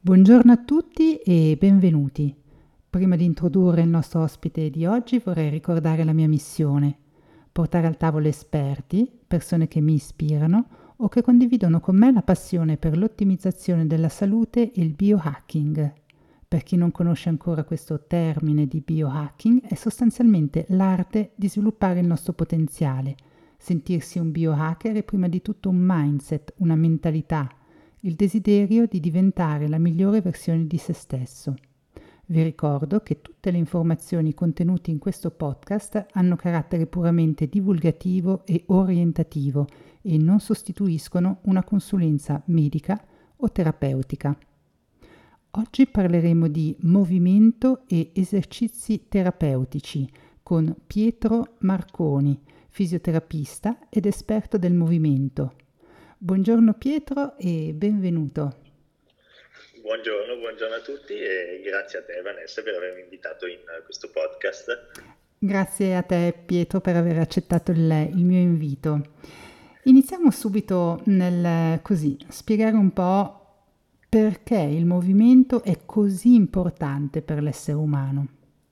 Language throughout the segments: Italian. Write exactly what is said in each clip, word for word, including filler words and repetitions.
Buongiorno a tutti e benvenuti. Prima di introdurre il nostro ospite di oggi vorrei ricordare la mia missione: portare al tavolo esperti, persone che mi ispirano o che condividono con me la passione per l'ottimizzazione della salute e il biohacking. Per chi non conosce ancora questo termine di biohacking, è sostanzialmente l'arte di sviluppare il nostro potenziale. Sentirsi un biohacker è prima di tutto un mindset, una mentalità, il desiderio di diventare la migliore versione di se stesso. Vi ricordo che tutte le informazioni contenute in questo podcast hanno carattere puramente divulgativo e orientativo e non sostituiscono una consulenza medica o terapeutica. Oggi parleremo di movimento e esercizi terapeutici con Pietro Marconi, fisioterapista ed esperto del movimento. Buongiorno Pietro e benvenuto. Buongiorno, buongiorno a tutti e grazie a te Vanessa per avermi invitato in questo podcast. Grazie a te Pietro per aver accettato il, il mio invito. Iniziamo subito nel così, spiegare un po' perché il movimento è così importante per l'essere umano.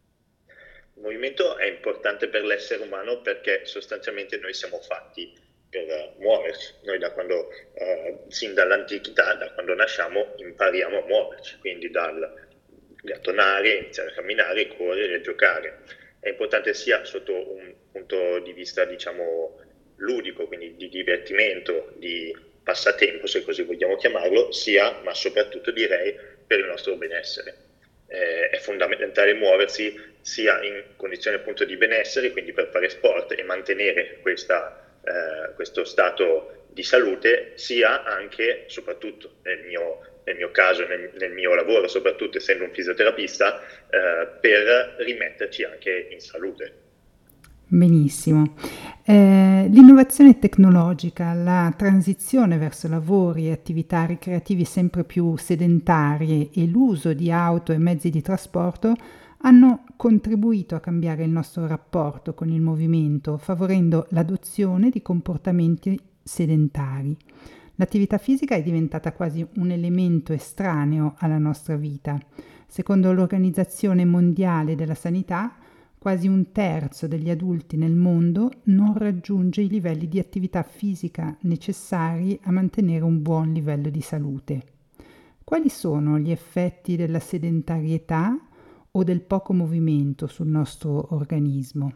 Il movimento è importante per l'essere umano perché sostanzialmente noi siamo fatti per muoverci. Noi da quando, eh, sin dall'antichità, da quando nasciamo, impariamo a muoverci, quindi dal gattonare, iniziare a camminare, correre, giocare. È importante sia sotto un punto di vista, diciamo, ludico, quindi di divertimento, di passatempo, se così vogliamo chiamarlo, sia, ma soprattutto direi, per il nostro benessere. Eh, è fondamentale muoversi sia in condizioni appunto di benessere, quindi per fare sport e mantenere questa, eh, questo stato di salute, sia anche, soprattutto nel mio, nel mio caso, nel, nel mio lavoro, soprattutto essendo un fisioterapista, eh, per rimetterci anche in salute. Benissimo. Eh, l'innovazione tecnologica, la transizione verso lavori e attività ricreativi sempre più sedentarie e l'uso di auto e mezzi di trasporto hanno contribuito a cambiare il nostro rapporto con il movimento, favorendo l'adozione di comportamenti sedentari. L'attività fisica è diventata quasi un elemento estraneo alla nostra vita. Secondo l'Organizzazione Mondiale della Sanità, quasi un terzo degli adulti nel mondo non raggiunge i livelli di attività fisica necessari a mantenere un buon livello di salute. Quali sono gli effetti della sedentarietà o del poco movimento sul nostro organismo?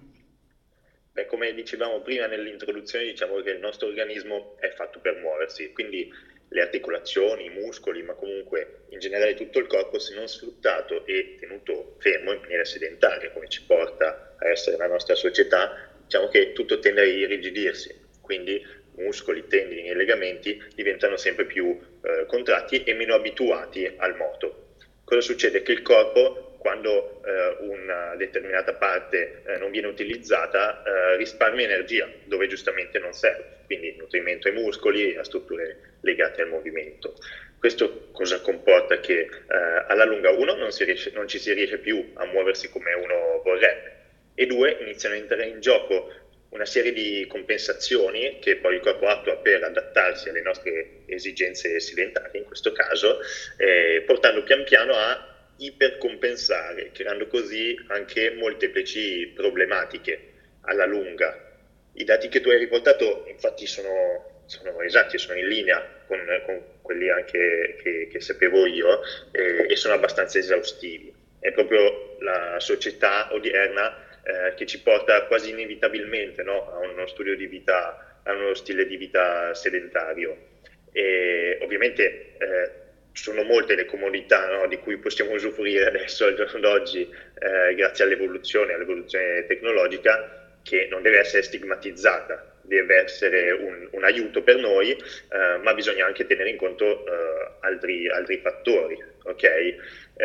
Beh, come dicevamo prima nell'introduzione, diciamo che il nostro organismo è fatto per muoversi, quindi le articolazioni, i muscoli, ma comunque in generale tutto il corpo, se non sfruttato e tenuto fermo in maniera sedentaria, come ci porta a essere la nostra società, diciamo che tutto tende a irrigidirsi, quindi muscoli, tendini e legamenti diventano sempre più eh, contratti e meno abituati al moto. Cosa succede? Che il corpo, quando eh, una determinata parte eh, non viene utilizzata, eh, risparmia energia dove giustamente non serve, quindi nutrimento ai muscoli e a strutture legate al movimento. Questo cosa comporta? Che eh, alla lunga uno non, si riesce, non ci si riesce più a muoversi come uno vorrebbe, e due iniziano a entrare in gioco una serie di compensazioni che poi il corpo attua per adattarsi alle nostre esigenze sedentarie in questo caso, eh, portando pian piano a ipercompensare, creando così anche molteplici problematiche alla lunga. I dati che tu hai riportato infatti sono, sono esatti, sono in linea con, con quelli anche che, che sapevo io, eh, e sono abbastanza esaustivi. È proprio la società odierna eh, che ci porta quasi inevitabilmente, no, a uno studio di vita, a uno stile di vita sedentario. E ovviamente eh, sono molte le comodità, no, di cui possiamo usufruire adesso al giorno d'oggi eh, grazie all'evoluzione, all'evoluzione tecnologica, che non deve essere stigmatizzata, deve essere un, un aiuto per noi, eh, ma bisogna anche tenere in conto eh, altri, altri fattori, ok? Eh,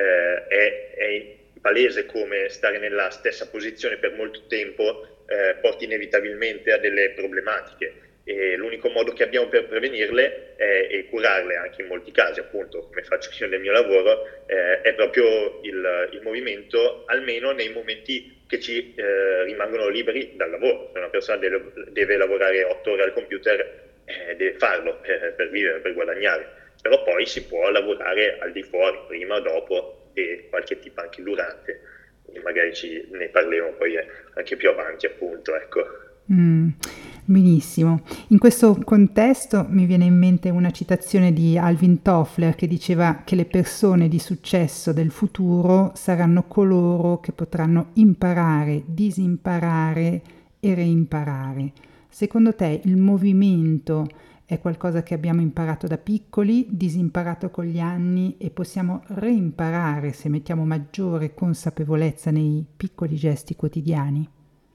è, è palese come stare nella stessa posizione per molto tempo eh, porti inevitabilmente a delle problematiche, e l'unico modo che abbiamo per prevenirle è, e curarle anche in molti casi, appunto come faccio io nel mio lavoro, eh, è proprio il, il movimento, almeno nei momenti che ci eh, rimangono liberi dal lavoro. Se una persona deve, deve lavorare otto ore al computer, eh, deve farlo per, per vivere, per guadagnare. però poi si può lavorare al di fuori, prima o dopo, e qualche tip anche durante, quindi magari ci, ne parleremo poi anche più avanti, appunto, ecco. Mm, benissimo. In questo contesto mi viene in mente una citazione di Alvin Toffler che diceva che le persone di successo del futuro saranno coloro che potranno imparare, disimparare e reimparare. Secondo te il movimento è qualcosa che abbiamo imparato da piccoli, disimparato con gli anni e possiamo reimparare se mettiamo maggiore consapevolezza nei piccoli gesti quotidiani?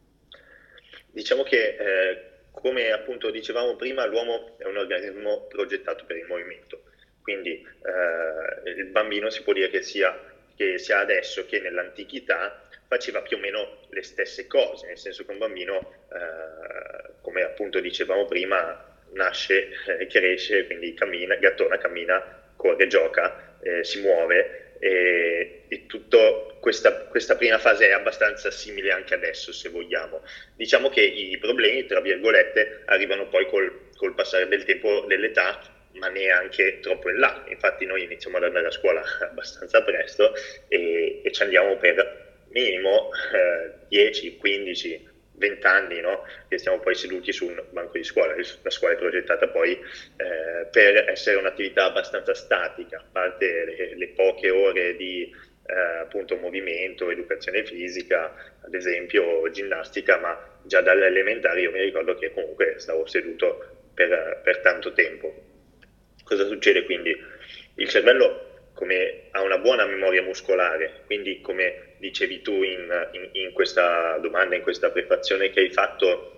Diciamo che, eh, come appunto dicevamo prima, l'uomo è un organismo progettato per il movimento, quindi eh, il bambino si può dire che sia, che sia adesso che nell'antichità faceva più o meno le stesse cose, nel senso che un bambino, eh, come appunto dicevamo prima, nasce, eh, cresce, quindi cammina, gattona, cammina, corre, gioca, eh, si muove e, e tutto questa, questa prima fase è abbastanza simile anche adesso, se vogliamo. Diciamo che i problemi, tra virgolette, arrivano poi col, col passare del tempo, dell'età, ma neanche troppo in là. Infatti noi iniziamo ad andare a scuola abbastanza presto e, e ci andiamo per minimo eh, dieci, quindici, venti anni, no? Che stiamo poi seduti su un banco di scuola. La scuola è progettata poi eh, per essere un'attività abbastanza statica, a parte le, le poche ore di eh, appunto movimento, educazione fisica, ad esempio ginnastica, ma già dalle elementari io mi ricordo che comunque stavo seduto per, per tanto tempo. Cosa succede quindi? Il cervello come ha una buona memoria muscolare, quindi come dicevi tu in, in, in questa domanda, in questa prefazione che hai fatto,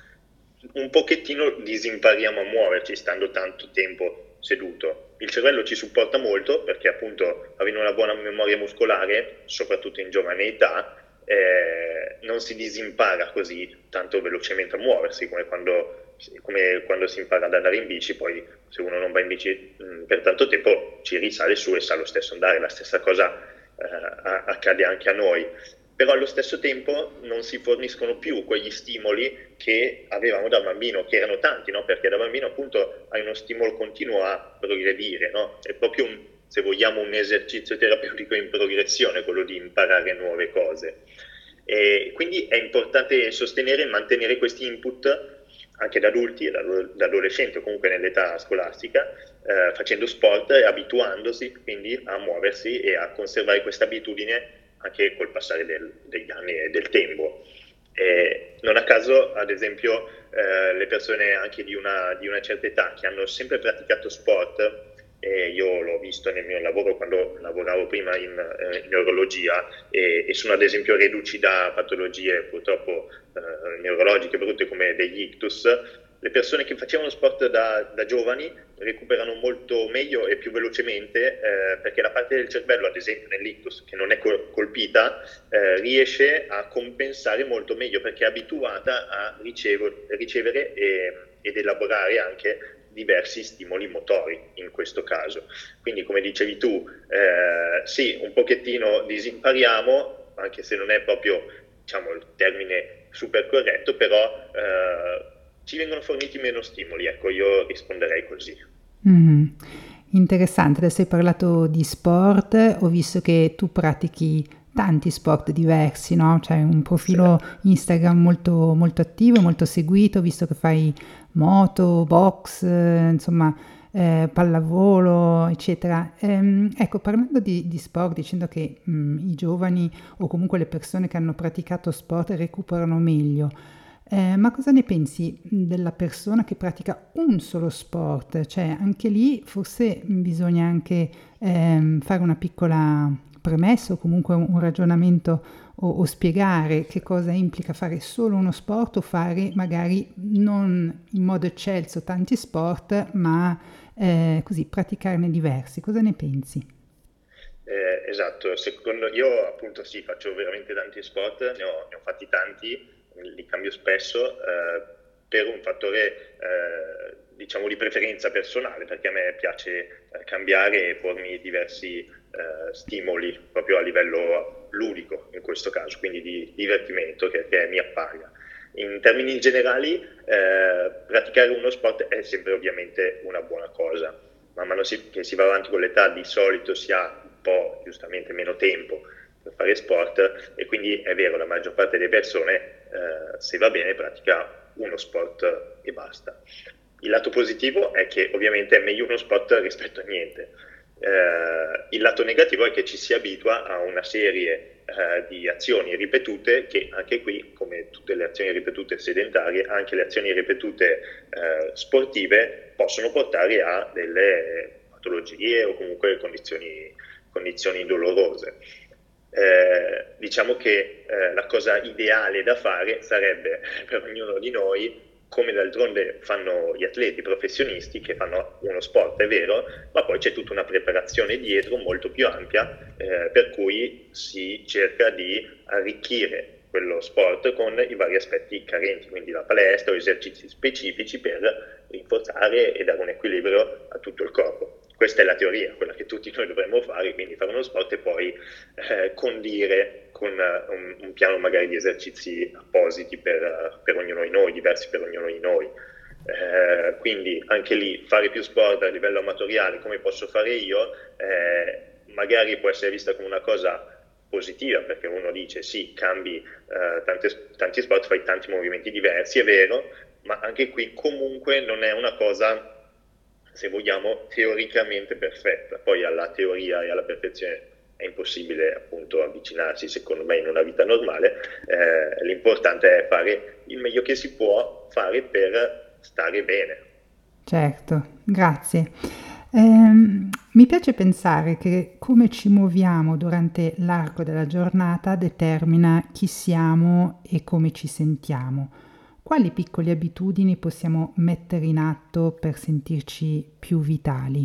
un pochettino disimpariamo a muoverci stando tanto tempo seduto. Il cervello ci supporta molto perché appunto avendo una buona memoria muscolare, soprattutto in giovane età, eh, non si disimpara così tanto velocemente a muoversi come quando, come quando si impara ad andare in bici, poi se uno non va in bici mh, per tanto tempo ci risale su e sa lo stesso andare. La stessa cosa eh, accade anche a noi. Però allo stesso tempo non si forniscono più quegli stimoli che avevamo da bambino, che erano tanti, no? Perché da bambino appunto hai uno stimolo continuo a progredire, no? È proprio, un, se vogliamo, un esercizio terapeutico in progressione, quello di imparare nuove cose. E quindi è importante sostenere e mantenere questi input anche da adulti, da, da adolescenti o comunque nell'età scolastica, eh, facendo sport e abituandosi quindi a muoversi e a conservare questa abitudine anche col passare del, degli anni e del tempo. E non a caso, ad esempio, eh, le persone anche di una, di una certa età che hanno sempre praticato sport, e io l'ho visto nel mio lavoro quando lavoravo prima in, eh, in neurologia e, e sono ad esempio reduci da patologie purtroppo eh, neurologiche brutte come degli ictus. Le persone che facevano sport da, da giovani recuperano molto meglio e più velocemente eh, perché la parte del cervello, ad esempio nell'ictus, che non è col- colpita, eh, riesce a compensare molto meglio perché è abituata a ricevo- ricevere e, ed elaborare anche diversi stimoli motori in questo caso. Quindi come dicevi tu, eh, sì, un pochettino disimpariamo, anche se non è proprio, diciamo, il termine super corretto, però eh, ci vengono forniti meno stimoli, ecco, io risponderei così. Mm, interessante, adesso hai parlato di sport, ho visto che tu pratichi tanti sport diversi, no? C'hai un Sì. profilo Instagram molto, molto attivo, molto seguito, ho visto che fai moto, box, eh, insomma, eh, pallavolo, eccetera. Ehm, ecco, parlando di, di sport, dicendo che mm, i giovani o comunque le persone che hanno praticato sport recuperano meglio, eh, ma cosa ne pensi della persona che pratica un solo sport? Cioè, anche lì forse bisogna anche ehm, fare una piccola premessa o comunque un, un ragionamento o, o spiegare che cosa implica fare solo uno sport o fare magari non in modo eccelso tanti sport, ma eh, così praticarne diversi. Cosa ne pensi? Eh, esatto, secondo io appunto sì, faccio veramente tanti sport, ne ho, ne ho fatti tanti, li cambio spesso eh, per un fattore eh, diciamo di preferenza personale, perché a me piace eh, cambiare e pormi diversi eh, stimoli proprio a livello ludico in questo caso, quindi di divertimento che, che mi appaga. In termini generali, eh, praticare uno sport è sempre ovviamente una buona cosa. man mano si, che si va avanti con l'età di solito si ha un po' giustamente meno tempo per fare sport, e quindi è vero, la maggior parte delle persone, eh, se va bene, pratica uno sport e basta. Il lato positivo è che ovviamente è meglio uno sport rispetto a niente. Eh, il lato negativo è che ci si abitua a una serie eh, di azioni ripetute che anche qui, come tutte le azioni ripetute sedentarie, anche le azioni ripetute eh, sportive possono portare a delle patologie o comunque condizioni, condizioni dolorose. Eh, diciamo che eh, la cosa ideale da fare sarebbe per ognuno di noi, come d'altronde fanno gli atleti professionisti che fanno uno sport, è vero, ma poi c'è tutta una preparazione dietro molto più ampia, eh, per cui si cerca di arricchire quello sport con i vari aspetti carenti, quindi la palestra o esercizi specifici per rinforzare e dare un equilibrio a tutto il corpo. Questa è la teoria, quella che tutti noi dovremmo fare, quindi fare uno sport e poi eh, condire con uh, un, un piano magari di esercizi appositi per, uh, per ognuno di noi, diversi per ognuno di noi. Eh, quindi anche lì fare più sport a livello amatoriale, come posso fare io, eh, magari può essere vista come una cosa positiva, perché uno dice sì, cambi eh, tante, tanti sport, fai tanti movimenti diversi, è vero, ma anche qui comunque non è una cosa, se vogliamo, teoricamente perfetta. Poi alla teoria e alla perfezione è impossibile appunto avvicinarsi, secondo me, in una vita normale. Eh, l'importante è fare il meglio che si può fare per stare bene. Certo, grazie. Ehm, mi piace pensare che come ci muoviamo durante l'arco della giornata determina chi siamo e come ci sentiamo. Quali piccole abitudini possiamo mettere in atto per sentirci più vitali?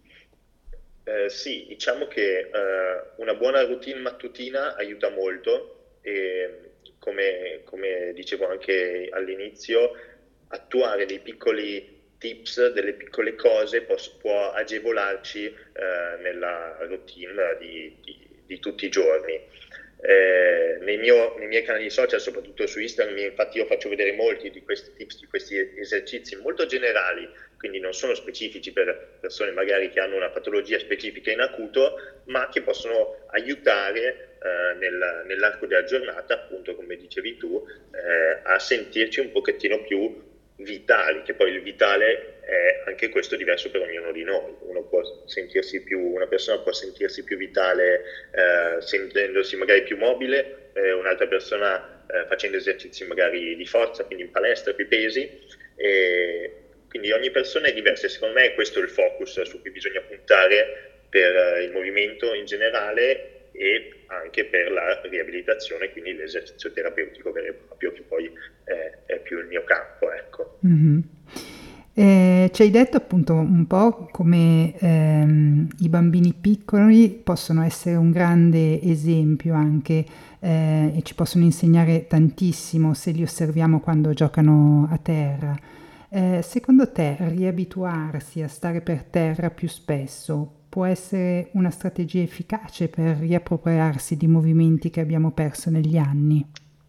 Eh, sì, diciamo che eh, una buona routine mattutina aiuta molto e come, come dicevo anche all'inizio, attuare dei piccoli tips, delle piccole cose può, può agevolarci eh, nella routine di, di, di tutti i giorni. Eh, nei, mio, nei miei canali social, soprattutto su Instagram, infatti io faccio vedere molti di questi tips, di questi esercizi molto generali, quindi non sono specifici per persone magari che hanno una patologia specifica in acuto, ma che possono aiutare eh, nel, nell'arco della giornata, appunto come dicevi tu, eh, a sentirci un pochettino più vitali, che poi il vitale è anche questo diverso per ognuno di noi. Uno può sentirsi più, una persona può sentirsi più vitale eh, sentendosi magari più mobile, eh, un'altra persona eh, facendo esercizi magari di forza, quindi in palestra, più pesi, e quindi ogni persona è diversa e secondo me questo è il focus su cui bisogna puntare per il movimento in generale e anche per la riabilitazione, quindi l'esercizio terapeutico vero e proprio, che poi è, è più il mio campo, ecco. Mm-hmm. Eh, ci hai detto appunto un po' come ehm, i bambini piccoli possono essere un grande esempio anche eh, e ci possono insegnare tantissimo se li osserviamo quando giocano a terra. Eh, secondo te riabituarsi a stare per terra più spesso può essere una strategia efficace per riappropriarsi di movimenti che abbiamo perso negli anni?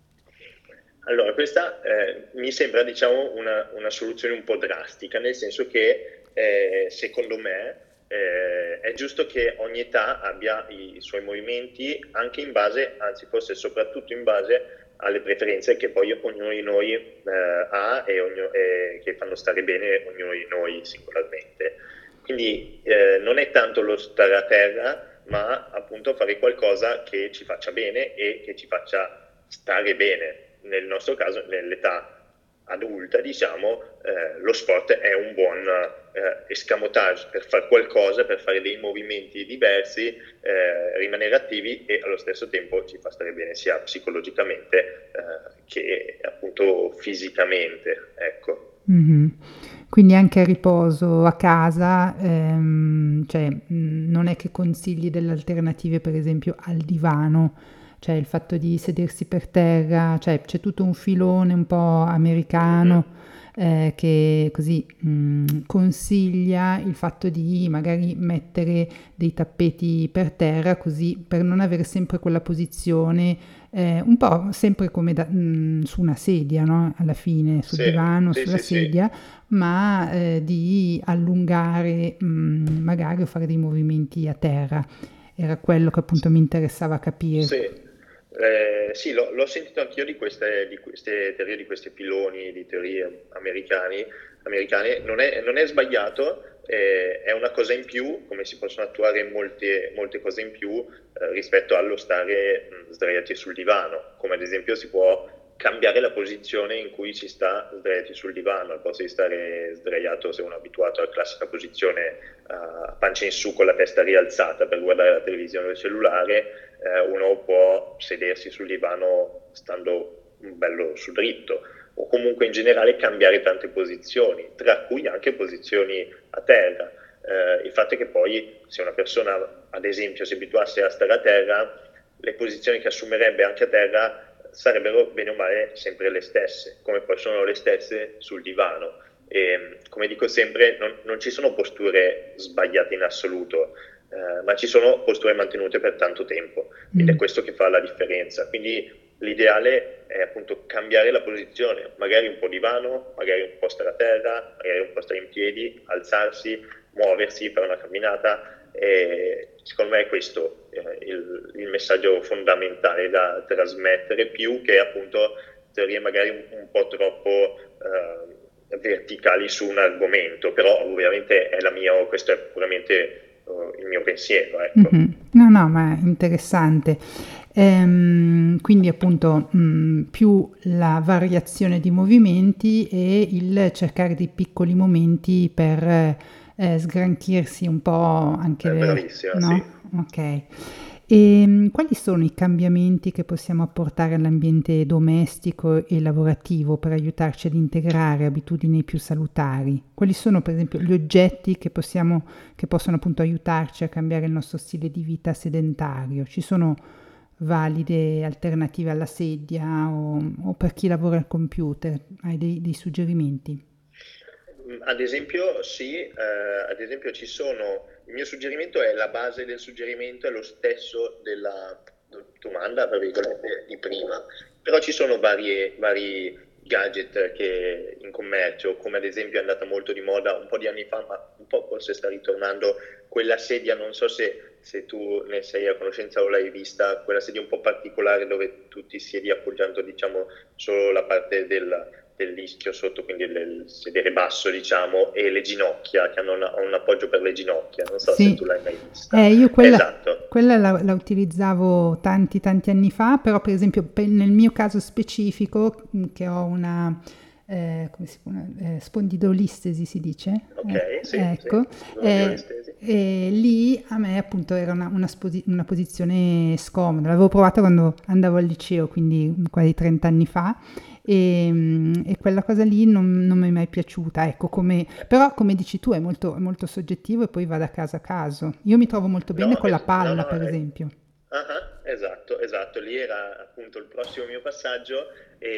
Allora, questa eh, mi sembra, diciamo, una, una soluzione un po' drastica, nel senso che eh, secondo me eh, è giusto che ogni età abbia i, i suoi movimenti anche in base, anzi forse soprattutto in base alle preferenze che poi ognuno di noi eh, ha e, ognuno, e che fanno stare bene ognuno di noi singolarmente. Quindi eh, non è tanto lo stare a terra, ma appunto fare qualcosa che ci faccia bene e che ci faccia stare bene. Nel nostro caso, nell'età adulta, diciamo, eh, lo sport è un buon eh, escamotage per fare qualcosa, per fare dei movimenti diversi, eh, rimanere attivi e allo stesso tempo ci fa stare bene sia psicologicamente eh, che appunto fisicamente, ecco. Mm-hmm. Quindi anche a riposo a casa, ehm, cioè mh, non è che consigli delle alternative, per esempio al divano, cioè il fatto di sedersi per terra, cioè c'è tutto un filone un po' americano, eh, che così mh, consiglia il fatto di magari mettere dei tappeti per terra, così per non avere sempre quella posizione, eh, un po' sempre come da- mh, su una sedia, no? Alla fine, sul Sì, divano, sì, sulla sì, sì. sedia, ma eh, di allungare mh, magari o fare dei movimenti a terra. Era quello che appunto mi interessava capire. Sì, eh, sì, l'ho l'ho sentito anch'io di queste, di queste teorie, di questi filoni di teorie americani, americane. Non è, non è sbagliato, eh, è una cosa in più, come si possono attuare molte, molte cose in più eh, rispetto allo stare mh, sdraiati sul divano, come ad esempio si può cambiare la posizione in cui si sta sdraiati sul divano, al posto di stare sdraiato, se uno è abituato alla classica posizione a pancia in su con la testa rialzata per guardare la televisione o il cellulare, eh, uno può sedersi sul divano stando bello su dritto o comunque in generale cambiare tante posizioni, tra cui anche posizioni a terra. Eh, il fatto è che poi se una persona ad esempio si abituasse a stare a terra, le posizioni che assumerebbe anche a terra sarebbero bene o male sempre le stesse, come poi sono le stesse sul divano. E, come dico sempre, non, non ci sono posture sbagliate in assoluto, eh, ma ci sono posture mantenute per tanto tempo ed è Mm. questo che fa la differenza. Quindi l'ideale è appunto cambiare la posizione, magari un po' divano, magari un po' stare a terra, magari un po' stare in piedi, alzarsi, muoversi, fare una camminata. E secondo me è questo eh, il, il messaggio fondamentale da trasmettere, più che appunto teorie magari un, un po' troppo eh, verticali su un argomento, però ovviamente è la mia, questo è puramente uh, il mio pensiero, ecco. Mhm. No, no, ma è interessante. Ehm, quindi appunto mh, più la variazione di movimenti e il cercare dei piccoli momenti per eh, sgranchirsi un po' anche, È le- bravissima, sì. no? Ok. E mh, quali sono i cambiamenti che possiamo apportare all'ambiente domestico e lavorativo per aiutarci ad integrare abitudini più salutari? Quali sono, per esempio, gli oggetti che possiamo che possono appunto aiutarci a cambiare il nostro stile di vita sedentario? Ci sono valide alternative alla sedia o, o per chi lavora al computer? Hai dei, dei suggerimenti? Mm, Ad esempio, sì, eh, ad esempio ci sono, il mio suggerimento è la base del suggerimento è lo stesso della domanda, tra virgolette, di prima, però ci sono varie, vari gadget che in commercio, come ad esempio è andata molto di moda un po' di anni fa, ma un po' forse sta ritornando quella sedia, non so se, se tu ne sei a conoscenza o l'hai vista, quella sedia un po' particolare dove tu ti siedi appoggiando, diciamo, solo la parte del dell'ischio sotto, quindi il sedere basso, diciamo, e le ginocchia, che hanno una- un appoggio per le ginocchia. Non so se Sì, tu l'hai mai vista. eh, io quella, Esatto. quella la, la utilizzavo tanti tanti anni fa, però per esempio per- nel mio caso specifico, mh, che ho una eh, come si chiama? Eh, spondilolistesi si dice? Ok, Eh, sì, sì, ecco, sono di eh, olistesi. e lì a me appunto era una, una sposi- una posizione scomoda, l'avevo provata quando andavo al liceo, quindi quasi trenta anni fa, e, mm, e quella cosa lì non, non mi è mai piaciuta, ecco, come, però come dici tu è molto, è molto soggettivo e poi va da caso a caso. Io mi trovo molto bene No, con la es- no, palla, no, per eh, esempio. ah, ah, esatto, esatto, lì era appunto il prossimo mio passaggio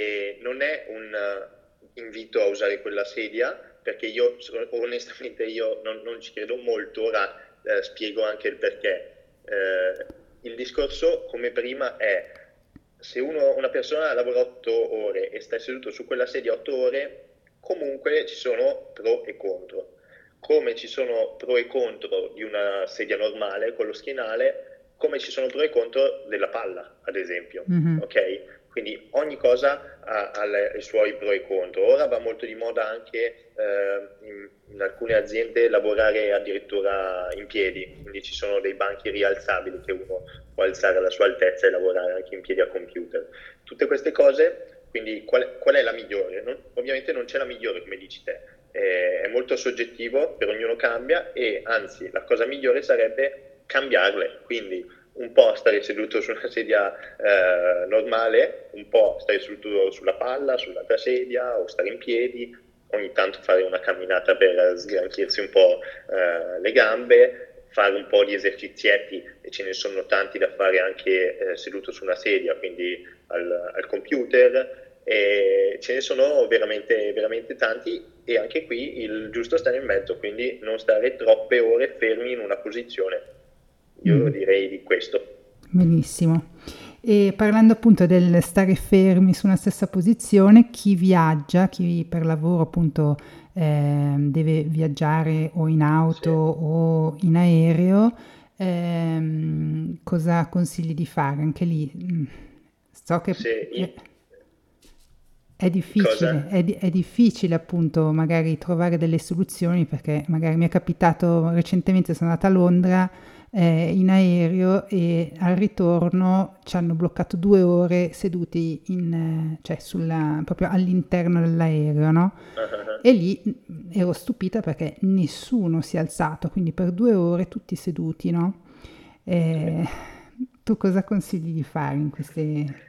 e non è un eh, invito a usare quella sedia perché io so- onestamente io non, non ci credo molto, ora eh, spiego anche il perché. Eh, il discorso come prima è se uno, una persona lavora otto ore e sta seduto su quella sedia otto ore, comunque ci sono pro e contro come ci sono pro e contro di una sedia normale con lo schienale, come ci sono pro e contro della palla, ad esempio. Mhm. Ok? Quindi ogni cosa ha, ha le- i suoi pro e contro. Ora va molto di moda anche eh, in, in alcune aziende lavorare addirittura in piedi, quindi ci sono dei banchi rialzabili che uno può alzare alla sua altezza e lavorare anche in piedi a computer. Tutte queste cose, quindi qual, qual è la migliore? Non- ovviamente non c'è la migliore, come dici te, eh, è molto soggettivo, per ognuno cambia e anzi la cosa migliore sarebbe cambiarle, quindi un po' stare seduto su una sedia eh, normale, un po' stare seduto sulla palla, sull'altra sedia o stare in piedi, ogni tanto fare una camminata per sgranchirsi un po' eh, le gambe, fare un po' di esercizietti e ce ne sono tanti da fare anche eh, seduto su una sedia, quindi al, al computer, E ce ne sono veramente, veramente tanti, e anche qui il giusto stare in mezzo, quindi non stare troppe ore fermi in una posizione. Io Mm. direi di questo. Benissimo. E parlando appunto del stare fermi su una stessa posizione, chi viaggia, chi per lavoro appunto ehm, deve viaggiare o in auto Sì, o in aereo, ehm, cosa consigli di fare? Anche lì mm, so che sì, è, i- è cosa? difficile, è, di- è difficile appunto magari trovare delle soluzioni perché magari mi è capitato recentemente, sono andata a Londra eh, in aereo e al ritorno ci hanno bloccato due ore seduti in, eh, cioè sulla, proprio all'interno dell'aereo, no? Ah, ah, ah. E lì mm, ero stupita perché nessuno si è alzato, quindi per due ore tutti seduti, no? Eh, tu cosa consigli di fare in queste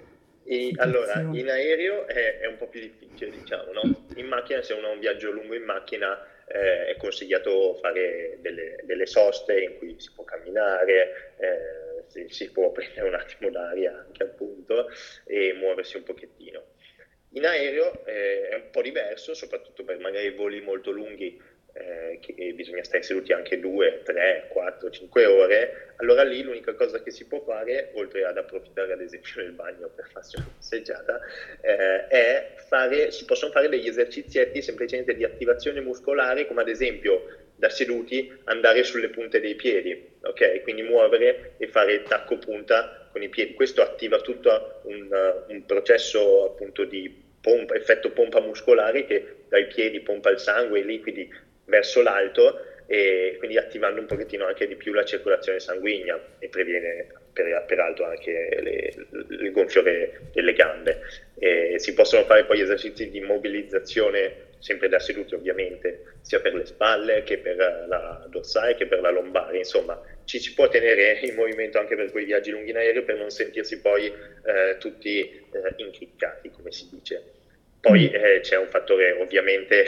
E allora, situazioni? in aereo è, è un po' più difficile, diciamo, no? In macchina, se uno ha un viaggio lungo in macchina, eh, è consigliato fare delle, delle soste in cui si può camminare, eh, si, si può prendere un attimo d'aria anche appunto e muoversi un pochettino. In aereo eh, è un po' diverso, soprattutto per magari voli molto lunghi, eh, che bisogna stare seduti anche due, tre, quattro, cinque ore. Allora lì l'unica cosa che si può fare, oltre ad approfittare ad esempio del bagno per farsi una passeggiata, eh, è fare, si possono fare degli esercizietti semplicemente di attivazione muscolare, come ad esempio da seduti andare sulle punte dei piedi, ok? Quindi muovere e fare tacco punta con i piedi. Questo attiva tutto un, un processo appunto di pompa, effetto pompa muscolare, che dai piedi pompa il sangue e i liquidi verso l'alto, e quindi attivando un pochettino anche di più la circolazione sanguigna, e previene per, peraltro anche le, il gonfiore delle gambe. E si possono fare poi esercizi di mobilizzazione sempre da seduti ovviamente, sia per le spalle che per la dorsale che per la lombare, insomma ci si può tenere in movimento anche per quei viaggi lunghi in aereo, per non sentirsi poi eh, tutti eh, incriccati, come si dice. Poi Mm. eh, c'è un fattore ovviamente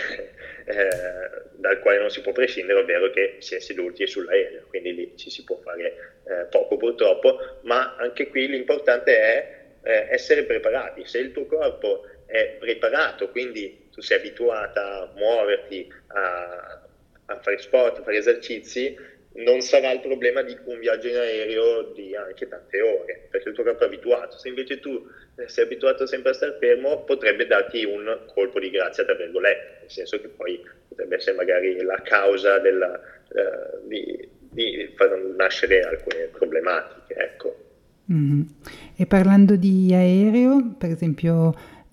eh, dal quale non si può prescindere, ovvero che si è seduti e sull'aereo, quindi lì ci si può fare eh, poco purtroppo, ma anche qui l'importante è eh, essere preparati. Se il tuo corpo è preparato, quindi tu sei abituata a muoverti, a, a fare sport, a fare esercizi, non sarà il problema di un viaggio in aereo di anche tante ore, perché il tuo corpo è abituato. Se invece tu eh, sei abituato sempre a stare fermo, potrebbe darti un colpo di grazia, tra virgolette, nel senso che poi potrebbe essere magari la causa della, eh, di, di far nascere alcune problematiche, ecco. Mh-mh. E parlando di aereo, per esempio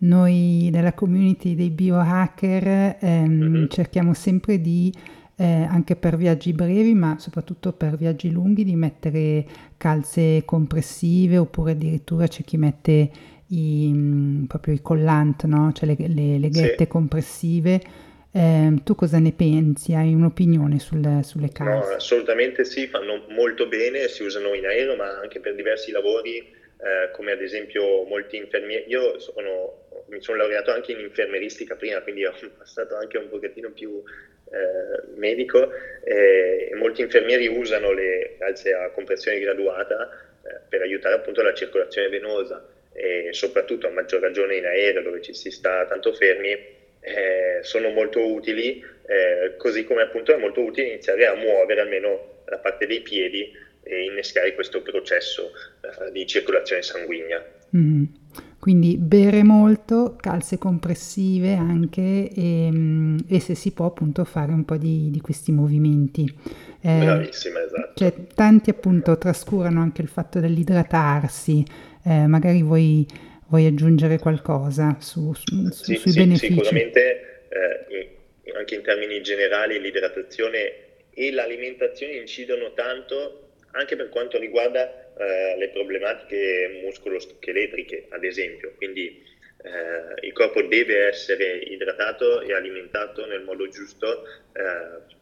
noi nella community dei biohacker, ehm, Mhm. cerchiamo sempre di, ehm, anche per viaggi brevi, ma soprattutto per viaggi lunghi, di mettere calze compressive oppure addirittura c'è chi mette i mhmm, proprio i collant, no, cioè le le Sì. leghette compressive. Ehm, tu cosa ne pensi? Hai un'opinione sul sulle No, calze? assolutamente sì, fanno molto bene, si usano in aereo, ma anche per diversi lavori, eh, come ad esempio molti infermieri. Io sono, mi sono laureato anche in infermeristica prima, quindi ho passato anche un pochettino più eh, medico, eh, e molti infermieri usano le calze a compressione graduata eh, per aiutare appunto la circolazione venosa, e soprattutto a maggior ragione in aereo dove ci si sta tanto fermi. Eh, sono molto utili, eh, così come appunto è molto utile iniziare a muovere almeno la parte dei piedi e innescare questo processo eh, di circolazione sanguigna. Mh. Quindi bere molto, calze compressive anche, ehm, e se si può appunto fare un po' di di questi movimenti. Ehm, Bravissima, cioè esatto. tanti appunto trascurano anche il fatto dell'idratarsi, ehm, magari vuoi vuoi aggiungere qualcosa su su su Sì, sui sì, benefici? sicuramente eh, in- anche in termini generali l'idratazione e l'alimentazione incidono tanto anche per quanto riguarda eh, le problematiche muscoloscheletriche, ad esempio. Quindi eh, il corpo deve essere idratato e alimentato nel modo giusto eh,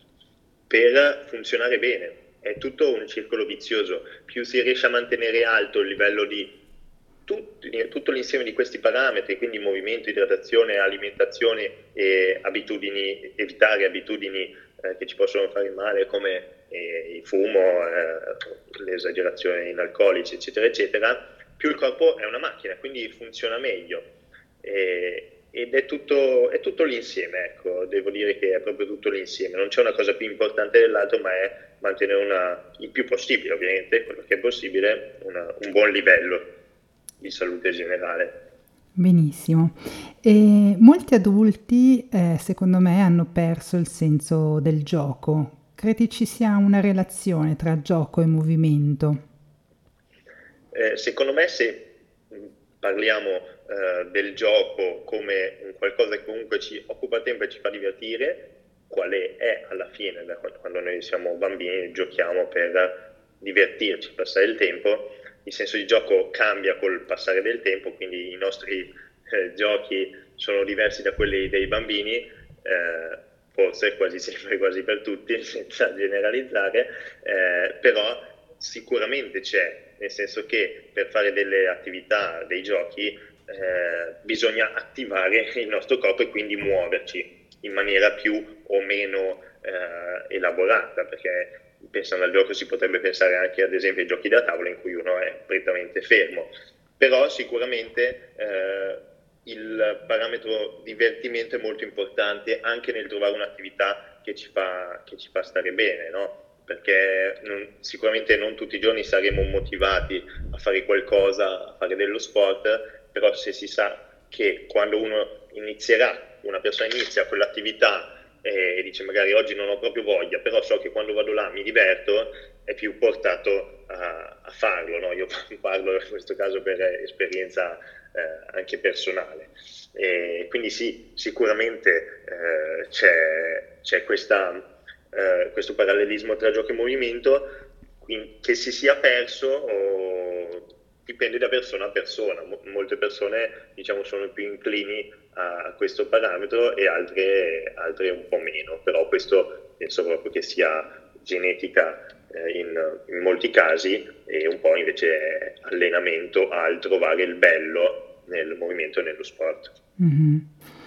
per funzionare bene. È tutto un circolo vizioso. Più si riesce a mantenere alto il livello di tutti, tutto l'insieme di questi parametri, quindi movimento, idratazione, alimentazione e abitudini, evitare abitudini eh, che ci possono fare male, come eh, il fumo, eh, l'esagerazione in alcolici, eccetera, eccetera, più il corpo è una macchina, quindi funziona meglio. E, ed è tutto, è tutto l'insieme, ecco, devo dire che è proprio tutto l'insieme, non c'è una cosa più importante dell'altro, ma è mantenere una, il più possibile, ovviamente, quello che è possibile, una, un buon livello di salute generale. Benissimo. E molti adulti, eh, secondo me, hanno perso il senso del gioco. Credi ci sia una relazione tra gioco e movimento? Eh, secondo me se mh, parliamo eh, del gioco come un qualcosa che comunque ci occupa tempo e ci fa divertire, quale è alla fine, da quando quando noi siamo bambini, giochiamo per divertirci, passare il tempo, il senso di gioco cambia col passare del tempo, quindi i nostri eh, giochi sono diversi da quelli dei bambini, eh, forse quasi sempre, quasi per tutti, senza generalizzare, eh, però sicuramente c'è, nel senso che per fare delle attività, dei giochi, eh, bisogna attivare il nostro corpo e quindi muoverci in maniera più o meno eh, elaborata, perché pensando al gioco si potrebbe pensare anche ad esempio ai giochi da tavola in cui uno è prettamente fermo, però sicuramente eh, il parametro divertimento è molto importante anche nel trovare un'attività che ci fa, che ci fa stare bene, no? Perché non, sicuramente non tutti i giorni saremo motivati a fare qualcosa, a fare dello sport, però se si sa che quando uno inizierà, una persona inizia quell'attività e dice magari oggi non ho proprio voglia, però so che quando vado là mi diverto, è più portato a, a farlo, no? Io parlo in questo caso per esperienza eh, anche personale. E quindi sì, sicuramente eh, c'è, c'è questa eh, questo parallelismo tra gioco e movimento, che si sia perso o dipende da persona a persona. Mo- molte persone diciamo sono più inclini a questo parametro e altre, altre un po' meno, però questo penso proprio che sia genetica eh, in, in molti casi e un po' invece allenamento al trovare il bello nel movimento e nello sport. Mhm.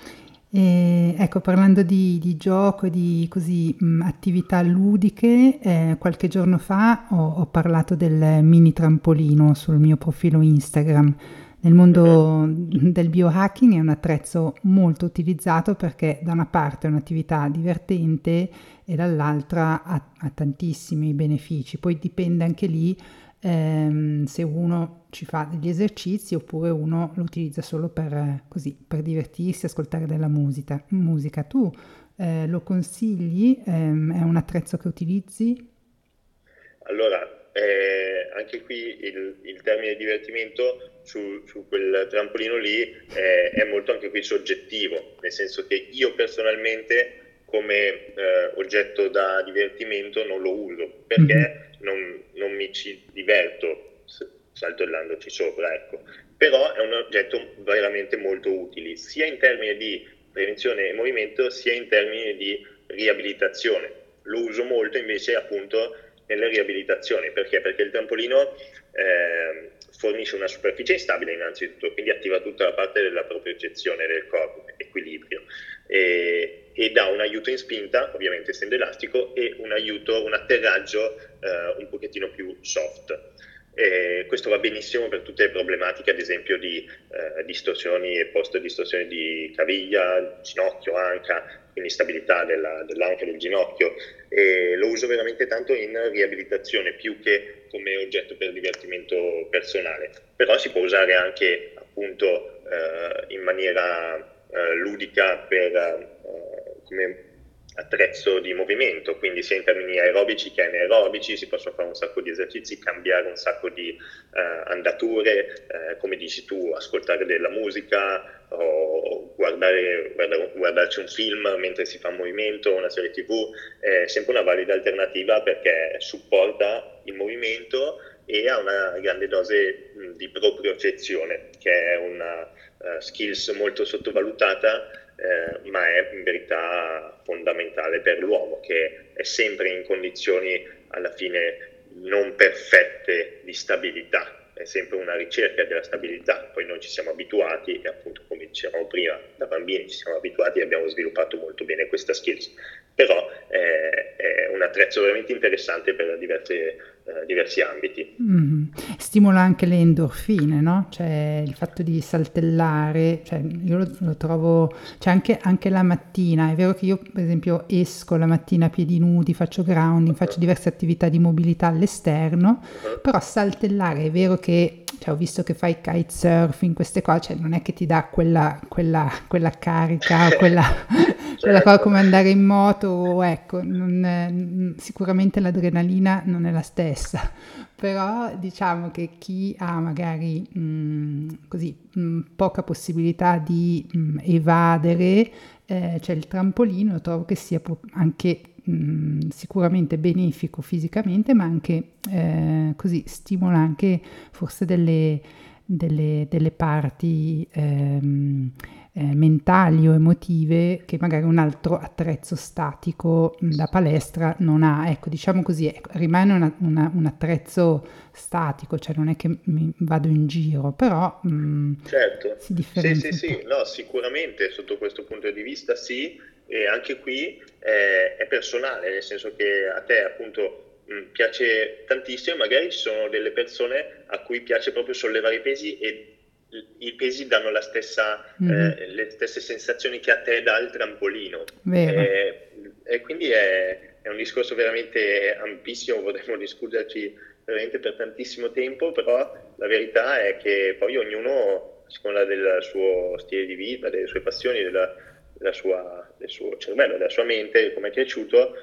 E, ecco, parlando di, di gioco e di così, mh, attività ludiche, eh, qualche giorno fa ho, ho parlato del mini trampolino sul mio profilo Instagram. Nel Mhm. mondo del biohacking è un attrezzo molto utilizzato perché da una parte è un'attività divertente e dall'altra ha, ha tantissimi benefici. Poi dipende anche lì ehm, se uno ci fa degli esercizi oppure uno lo utilizza solo per, eh, così, per divertirsi, ascoltare della musica. musica. Tu eh, lo consigli? Ehm, è un attrezzo che utilizzi? Allora, eh, anche qui il, il termine divertimento su, su quel trampolino lì eh, è molto anche qui soggettivo, nel senso che io personalmente come eh, oggetto da divertimento non lo uso Mhm. perché non, non mi ci diverto s- saltellandoci sopra, ecco. Però è un oggetto veramente molto utile, sia in termini di prevenzione e movimento, sia in termini di riabilitazione. Lo uso molto invece appunto nelle riabilitazioni. Perché? Perché il trampolino eh, fornisce una superficie instabile innanzitutto, quindi attiva tutta la parte della propriocezione del corpo, equilibrio, e, e dà un aiuto in spinta, ovviamente essendo elastico, e un aiuto, un atterraggio eh, un pochettino più soft. E questo va benissimo per tutte le problematiche, ad esempio di eh, distorsioni e post-distorsioni di caviglia, ginocchio, anca, quindi stabilità della, dell'anca e del ginocchio. E lo uso veramente tanto in riabilitazione più che come oggetto per divertimento personale. Però si può usare anche appunto eh, in maniera eh, ludica per, eh, come attrezzo di movimento, quindi sia in termini aerobici che anaerobici, si possono fare un sacco di esercizi, cambiare un sacco di eh, andature, eh, come dici tu, ascoltare della musica o guardare, guardare, guardarci un film mentre si fa movimento, una serie tivù, è sempre una valida alternativa perché supporta il movimento e ha una grande dose mh, di propriocezione, che è una uh, skills molto sottovalutata, eh, ma è in verità fondamentale per l'uomo, che è sempre in condizioni alla fine non perfette di stabilità, è sempre una ricerca della stabilità. Poi noi ci siamo abituati e appunto come dicevamo prima, da bambini ci siamo abituati e abbiamo sviluppato molto bene questa skills, però è, è un attrezzo veramente interessante per diverse, eh, diversi ambiti. Mhm. Stimola anche le endorfine, no? Cioè il fatto di saltellare, cioè io lo, lo trovo, cioè anche, anche la mattina, è vero che io per esempio esco la mattina a piedi nudi, faccio grounding, faccio Uh-huh. diverse attività di mobilità all'esterno, Uh-huh. però saltellare è vero che, cioè, ho visto che fai kitesurfing, queste cose, cioè non è che ti dà quella, quella, quella carica o quella, quella cosa Certo. come andare in moto, o ecco, non è- sicuramente l'adrenalina non è la stessa. Però diciamo che chi ha magari mh, così mh, poca possibilità di mh, evadere, eh, cioè il trampolino, trovo che sia pro- anche mh, sicuramente benefico fisicamente, ma anche eh, così stimola anche forse delle, delle, delle parti ehm, eh, mentali o emotive che magari un altro attrezzo statico mh, da palestra non ha. Ecco, diciamo così, ecco, rimane una- una- un attrezzo statico, cioè non è che mi vado in giro, però mh, Certo, si sì, sì, differenzia un po'. sì, no, sicuramente sotto questo punto di vista sì, e anche qui eh, è personale, nel senso che a te appunto mh, piace tantissimo, magari ci sono delle persone a cui piace proprio sollevare i pesi e i i pesi danno la stessa, Mhm. eh, le stesse sensazioni che a te dà il trampolino. Vero. E, e quindi è, è un discorso veramente ampissimo, potremmo discuterci veramente per tantissimo tempo, però la verità è che poi ognuno, a seconda del suo stile di vita, delle sue passioni, della, della sua, del suo cervello, della sua mente, come è cresciuto,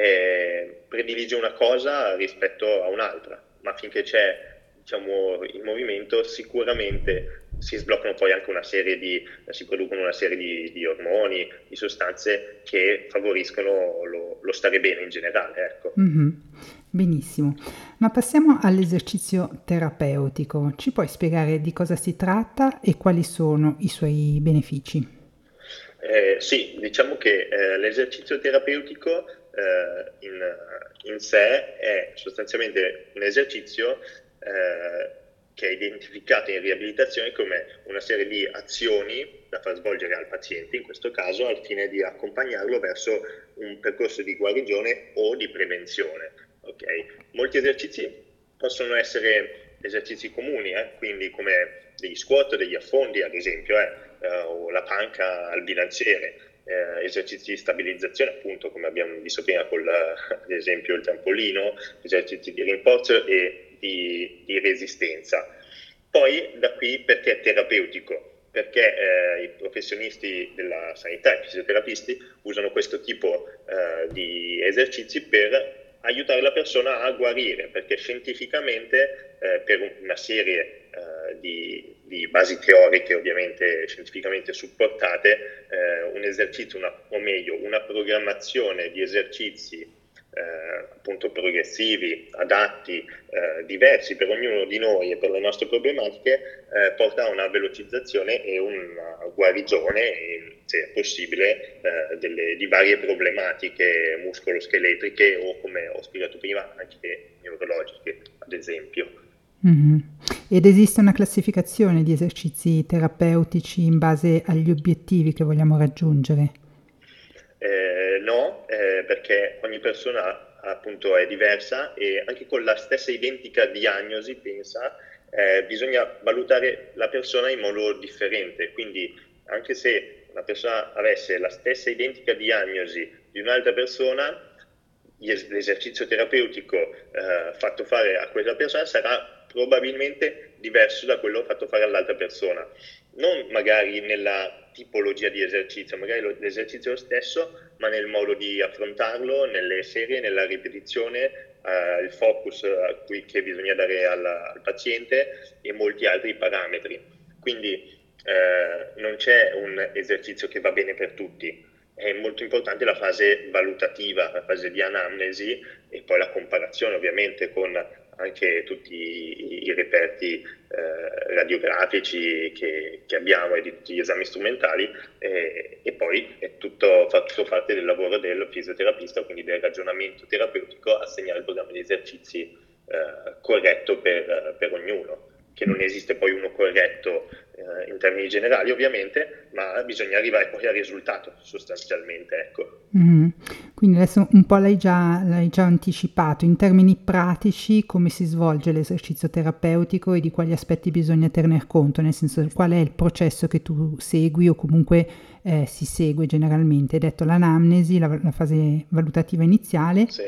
eh, predilige una cosa rispetto a un'altra, ma finché c'è, diciamo, il movimento sicuramente si sbloccano poi anche una serie di, si producono una serie di, di ormoni, di sostanze che favoriscono lo, lo stare bene in generale, ecco. Mhm. Benissimo. Ma passiamo all'esercizio terapeutico. Ci puoi spiegare di cosa si tratta e quali sono i suoi benefici? Eh, sì, diciamo che eh, l'esercizio terapeutico eh, in, in sé è sostanzialmente un esercizio eh, che è identificato in riabilitazione come una serie di azioni da far svolgere al paziente, in questo caso al fine di accompagnarlo verso un percorso di guarigione o di prevenzione. Okay? Molti esercizi possono essere esercizi comuni, eh? Quindi come degli squat, degli affondi ad esempio, eh? Eh, o la panca al bilanciere, eh, esercizi di stabilizzazione appunto come abbiamo visto prima con la, ad esempio il trampolino, esercizi di rinforzo e di, di resistenza. Poi da qui perché è terapeutico? Perché eh, i professionisti della sanità, i fisioterapisti, usano questo tipo eh, di esercizi per aiutare la persona a guarire, perché scientificamente eh, per una serie eh, di, di basi teoriche ovviamente scientificamente supportate, eh, un esercizio, una, o meglio una programmazione di esercizi eh, appunto progressivi, adatti, eh, diversi per ognuno di noi e per le nostre problematiche, eh, porta a una velocizzazione e una guarigione, e, se è possibile, eh, delle, di varie problematiche muscoloscheletriche o, come ho spiegato prima, anche neurologiche, ad esempio. Mhm. Ed esiste una classificazione di esercizi terapeutici in base agli obiettivi che vogliamo raggiungere? Eh, no, eh, perché ogni persona appunto è diversa e anche con la stessa identica diagnosi, pensa, eh, bisogna valutare la persona in modo differente. Quindi anche se una persona avesse la stessa identica diagnosi di un'altra persona, l'esercizio terapeutico eh, fatto fare a quella persona sarà probabilmente diverso da quello fatto fare all'altra persona. Non magari nella tipologia di esercizio, magari l'esercizio è lo stesso, ma nel modo di affrontarlo, nelle serie, nella ripetizione, eh, il focus a cui, che bisogna dare alla, al paziente e molti altri parametri. Quindi eh, non c'è un esercizio che va bene per tutti. È molto importante la fase valutativa, la fase di anamnesi e poi la comparazione ovviamente con anche tutti i, i reperti eh, radiografici che, che abbiamo e di tutti gli esami strumentali e, e poi è tutto, fa tutto parte del lavoro del fisioterapista, quindi del ragionamento terapeutico, assegnare il programma di esercizi eh, corretto per, per ognuno. che non esiste poi uno corretto eh, in termini generali ovviamente, ma bisogna arrivare poi al risultato sostanzialmente, ecco. Mm. Quindi adesso un po' l'hai già, l'hai già anticipato, in termini pratici come si svolge l'esercizio terapeutico e di quali aspetti bisogna tener conto, nel senso qual è il processo che tu segui o comunque eh, si segue generalmente. Hai detto l'anamnesi, la, la fase valutativa iniziale, Sì.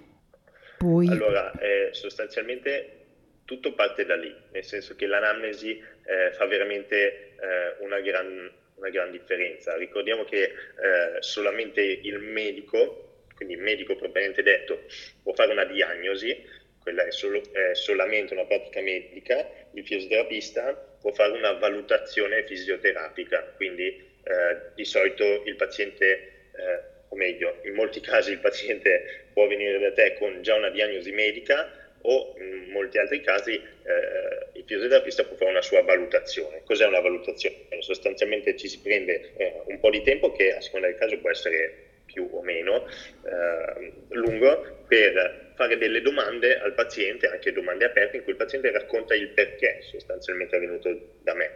poi... Allora, eh, sostanzialmente tutto parte da lì, nel senso che l'anamnesi eh, fa veramente eh, una gran, una gran differenza. Ricordiamo che eh, solamente il medico, quindi il medico propriamente detto, può fare una diagnosi, quella è, solo, è solamente una pratica medica, il fisioterapista può fare una valutazione fisioterapica, quindi eh, di solito il paziente... Eh, o meglio, in molti casi il paziente può venire da te con già una diagnosi medica o in molti altri casi eh, il fisioterapista può fare una sua valutazione. Cos'è una valutazione? Sostanzialmente ci si prende eh, un po' di tempo che a seconda del caso può essere più o meno eh, lungo per fare delle domande al paziente, anche domande aperte in cui il paziente racconta il perché sostanzialmente è venuto da me.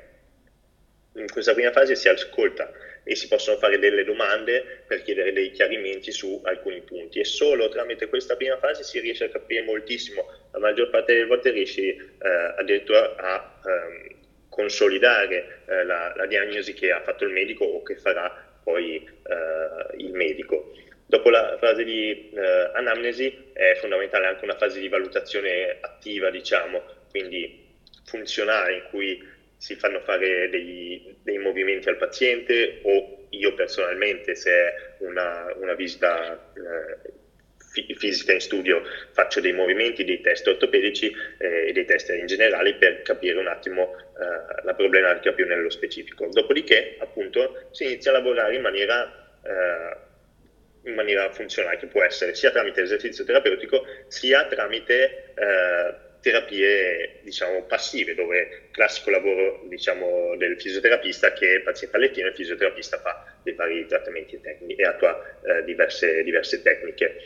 In questa prima fase si ascolta e si possono fare delle domande per chiedere dei chiarimenti su alcuni punti e solo tramite questa prima fase si riesce a capire moltissimo, la maggior parte delle volte riesci eh, addirittura a ehm, consolidare eh, la, la diagnosi che ha fatto il medico o che farà poi eh, il medico. Dopo la fase di eh, anamnesi è fondamentale anche una fase di valutazione attiva, diciamo, quindi funzionale, in cui si fanno fare dei, dei movimenti al paziente o io personalmente, se è una, una visita eh, fi- fisica in studio, faccio dei movimenti, dei test ortopedici eh, e dei test in generale per capire un attimo eh, la problematica più nello specifico. Dopodiché, appunto, si inizia a lavorare in maniera... Eh, in maniera funzionale, che può essere sia tramite esercizio terapeutico sia tramite eh, terapie, diciamo, passive, dove classico lavoro, diciamo, del fisioterapista, che il paziente a lettino, il fisioterapista fa dei vari trattamenti tecnici e attua eh, diverse, diverse tecniche.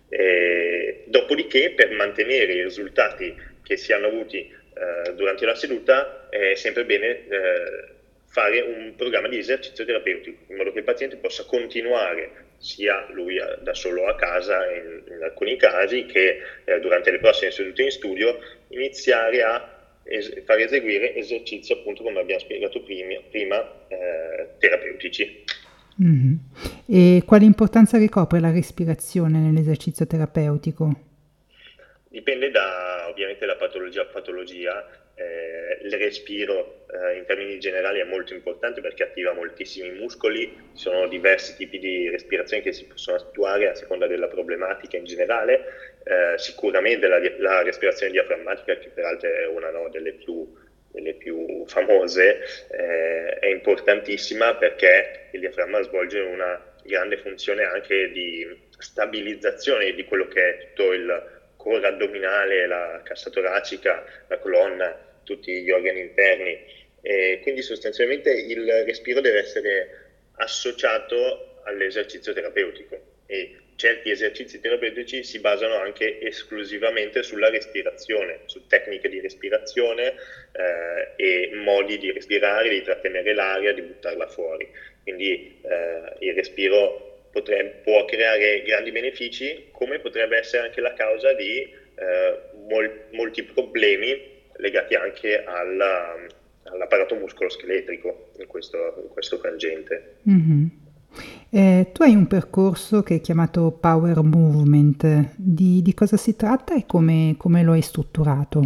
E, dopodiché, per mantenere i risultati che si hanno avuti eh, durante la seduta, è sempre bene eh, fare un programma di esercizio terapeutico, in modo che il paziente possa continuare sia lui a, da solo a casa in, in alcuni casi, che eh, durante le prossime sedute in studio iniziare a es- far eseguire esercizi, appunto come abbiamo spiegato prima, prima eh, terapeutici. Mhm. E quale importanza ricopre la respirazione nell'esercizio terapeutico? Dipende da ovviamente da patologia a patologia. Eh, il respiro eh, in termini generali è molto importante perché attiva moltissimi muscoli, ci sono diversi tipi di respirazioni che si possono attuare a seconda della problematica in generale. Eh, sicuramente la, la respirazione diaframmatica, che peraltro è una, no, delle più delle più famose, eh, è importantissima perché il diaframma svolge una grande funzione anche di stabilizzazione di quello che è tutto il core addominale, la cassa toracica, la colonna, tutti gli organi interni. E quindi sostanzialmente il respiro deve essere associato all'esercizio terapeutico e certi esercizi terapeutici si basano anche esclusivamente sulla respirazione, su tecniche di respirazione eh, e modi di respirare, di trattenere l'aria, di buttarla fuori. Quindi eh, il respiro potrebbe, può creare grandi benefici, come potrebbe essere anche la causa di eh, mol- molti problemi legati anche alla, all'apparato muscoloscheletrico in questo, in questo frangente. Mhm. Eh, tu hai un percorso che è chiamato Power Movement. Di, di cosa si tratta e come, come lo hai strutturato?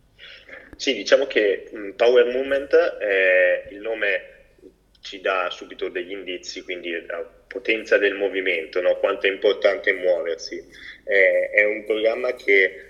Sì, diciamo che mh, Power Movement, eh, il nome ci dà subito degli indizi, quindi la potenza del movimento, no? Quanto è importante muoversi. Eh, è un programma che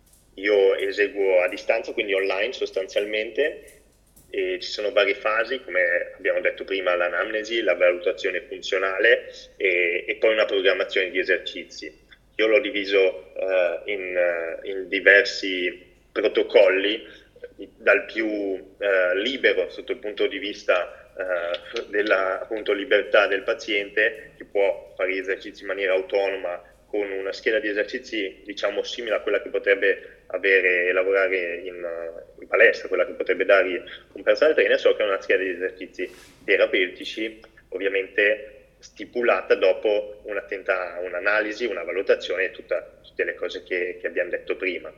io eseguo a distanza, quindi online sostanzialmente, e ci sono varie fasi, come abbiamo detto prima, l'anamnesi, la valutazione funzionale e, e poi una programmazione di esercizi. Io l'ho diviso eh, in, eh, in diversi protocolli, dal più eh, libero sotto il punto di vista eh, della appunto, libertà del paziente, che può fare gli esercizi in maniera autonoma con una scheda di esercizi diciamo simile a quella che potrebbe avere e lavorare in, in palestra, quella che potrebbe dargli un personal trainer, so che è una scheda di esercizi terapeutici, ovviamente stipulata dopo un'attenta un'analisi, una valutazione e tutta, tutte le cose che, che abbiamo detto prima.